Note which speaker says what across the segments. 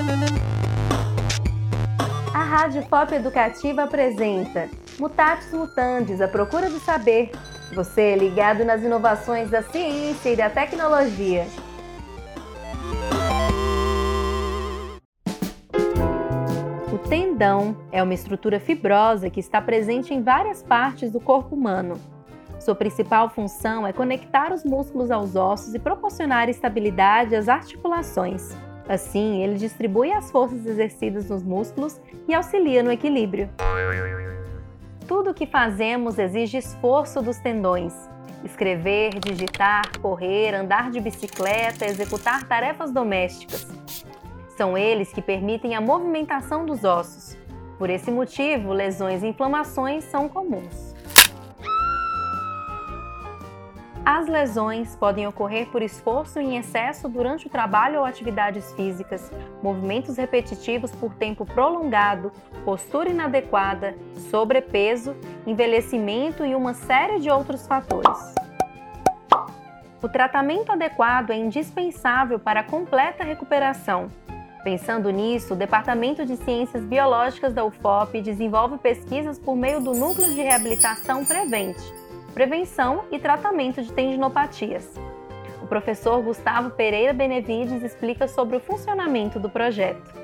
Speaker 1: A Rádio FOP Educativa apresenta Mutatis Mutandis, a procura do saber. Você ligado nas inovações da ciência e da tecnologia. O tendão é uma estrutura fibrosa que está presente em várias partes do corpo humano. Sua principal função é conectar os músculos aos ossos e proporcionar estabilidade às articulações. Assim, ele distribui as forças exercidas nos músculos e auxilia no equilíbrio. Tudo o que fazemos exige esforço dos tendões. Escrever, digitar, correr, andar de bicicleta, executar tarefas domésticas. São eles que permitem a movimentação dos ossos. Por esse motivo, lesões e inflamações são comuns. As lesões podem ocorrer por esforço em excesso durante o trabalho ou atividades físicas, movimentos repetitivos por tempo prolongado, postura inadequada, sobrepeso, envelhecimento e uma série de outros fatores. O tratamento adequado é indispensável para a completa recuperação. Pensando nisso, o Departamento de Ciências Biológicas da UFOP desenvolve pesquisas por meio do Núcleo de Reabilitação Prevente, Prevenção e Tratamento de Tendinopatias. O professor Gustavo Pereira Benevides explica sobre o funcionamento do projeto.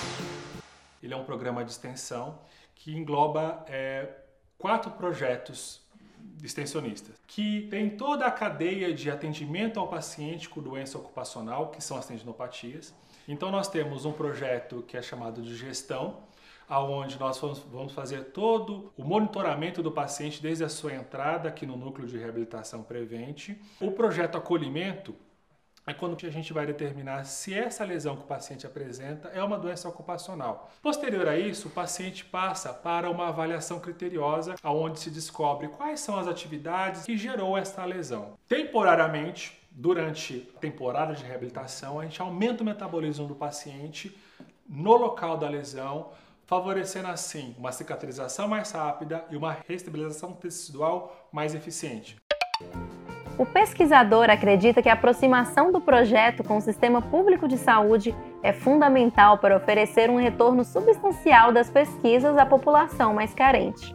Speaker 2: Ele é um programa de extensão que engloba 4 projetos extensionistas, que tem toda a cadeia de atendimento ao paciente com doença ocupacional, que são as tendinopatias. Então nós temos um projeto que é chamado de gestão, onde nós vamos fazer todo o monitoramento do paciente desde a sua entrada aqui no Núcleo de Reabilitação Prevente. O projeto acolhimento é quando a gente vai determinar se essa lesão que o paciente apresenta é uma doença ocupacional. Posterior a isso, o paciente passa para uma avaliação criteriosa, onde se descobre quais são as atividades que gerou essa lesão. Temporariamente, durante a temporada de reabilitação, a gente aumenta o metabolismo do paciente no local da lesão, favorecendo assim uma cicatrização mais rápida e uma reestabilização tecidual mais eficiente.
Speaker 1: O pesquisador acredita que a aproximação do projeto com o sistema público de saúde é fundamental para oferecer um retorno substancial das pesquisas à população mais carente.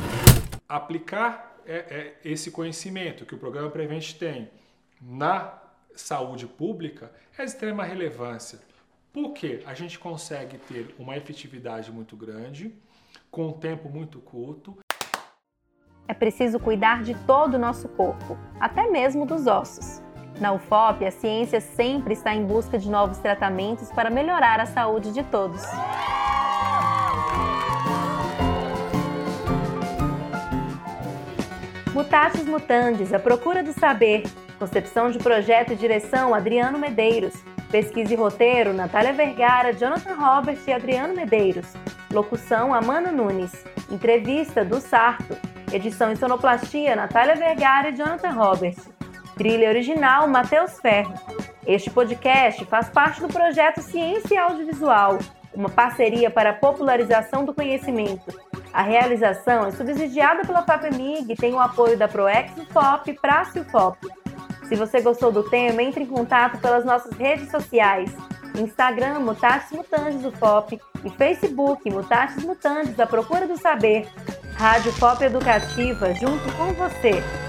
Speaker 2: Aplicar esse conhecimento que o Programa Prevente tem na saúde pública é de extrema relevância, porque a gente consegue ter uma efetividade muito grande, com um tempo muito curto.
Speaker 1: É preciso cuidar de todo o nosso corpo, até mesmo dos ossos. Na UFOP, a ciência sempre está em busca de novos tratamentos para melhorar a saúde de todos. Mutatis Mutandis, a procura do saber. Concepção de projeto e direção, Adriano Medeiros. Pesquisa e roteiro, Natália Vergara, Jonathan Robert e Adriano Medeiros. Locução, Amanda Nunes. Entrevista, do Sarto. Edição e sonoplastia, Natália Vergara e Jonathan Robert. Trilha original, Matheus Ferro. Este podcast faz parte do projeto Ciência e Audiovisual, uma parceria para a popularização do conhecimento. A realização é subsidiada pela FAPEMIG e tem o apoio da ProEx UFOP, Praça UFOP. Se você gostou do tema, entre em contato pelas nossas redes sociais. Instagram, Mutatis Mutandis UFOP e Facebook, Mutatis Mutandis, a procura do saber. Rádio FOP Educativa, junto com você.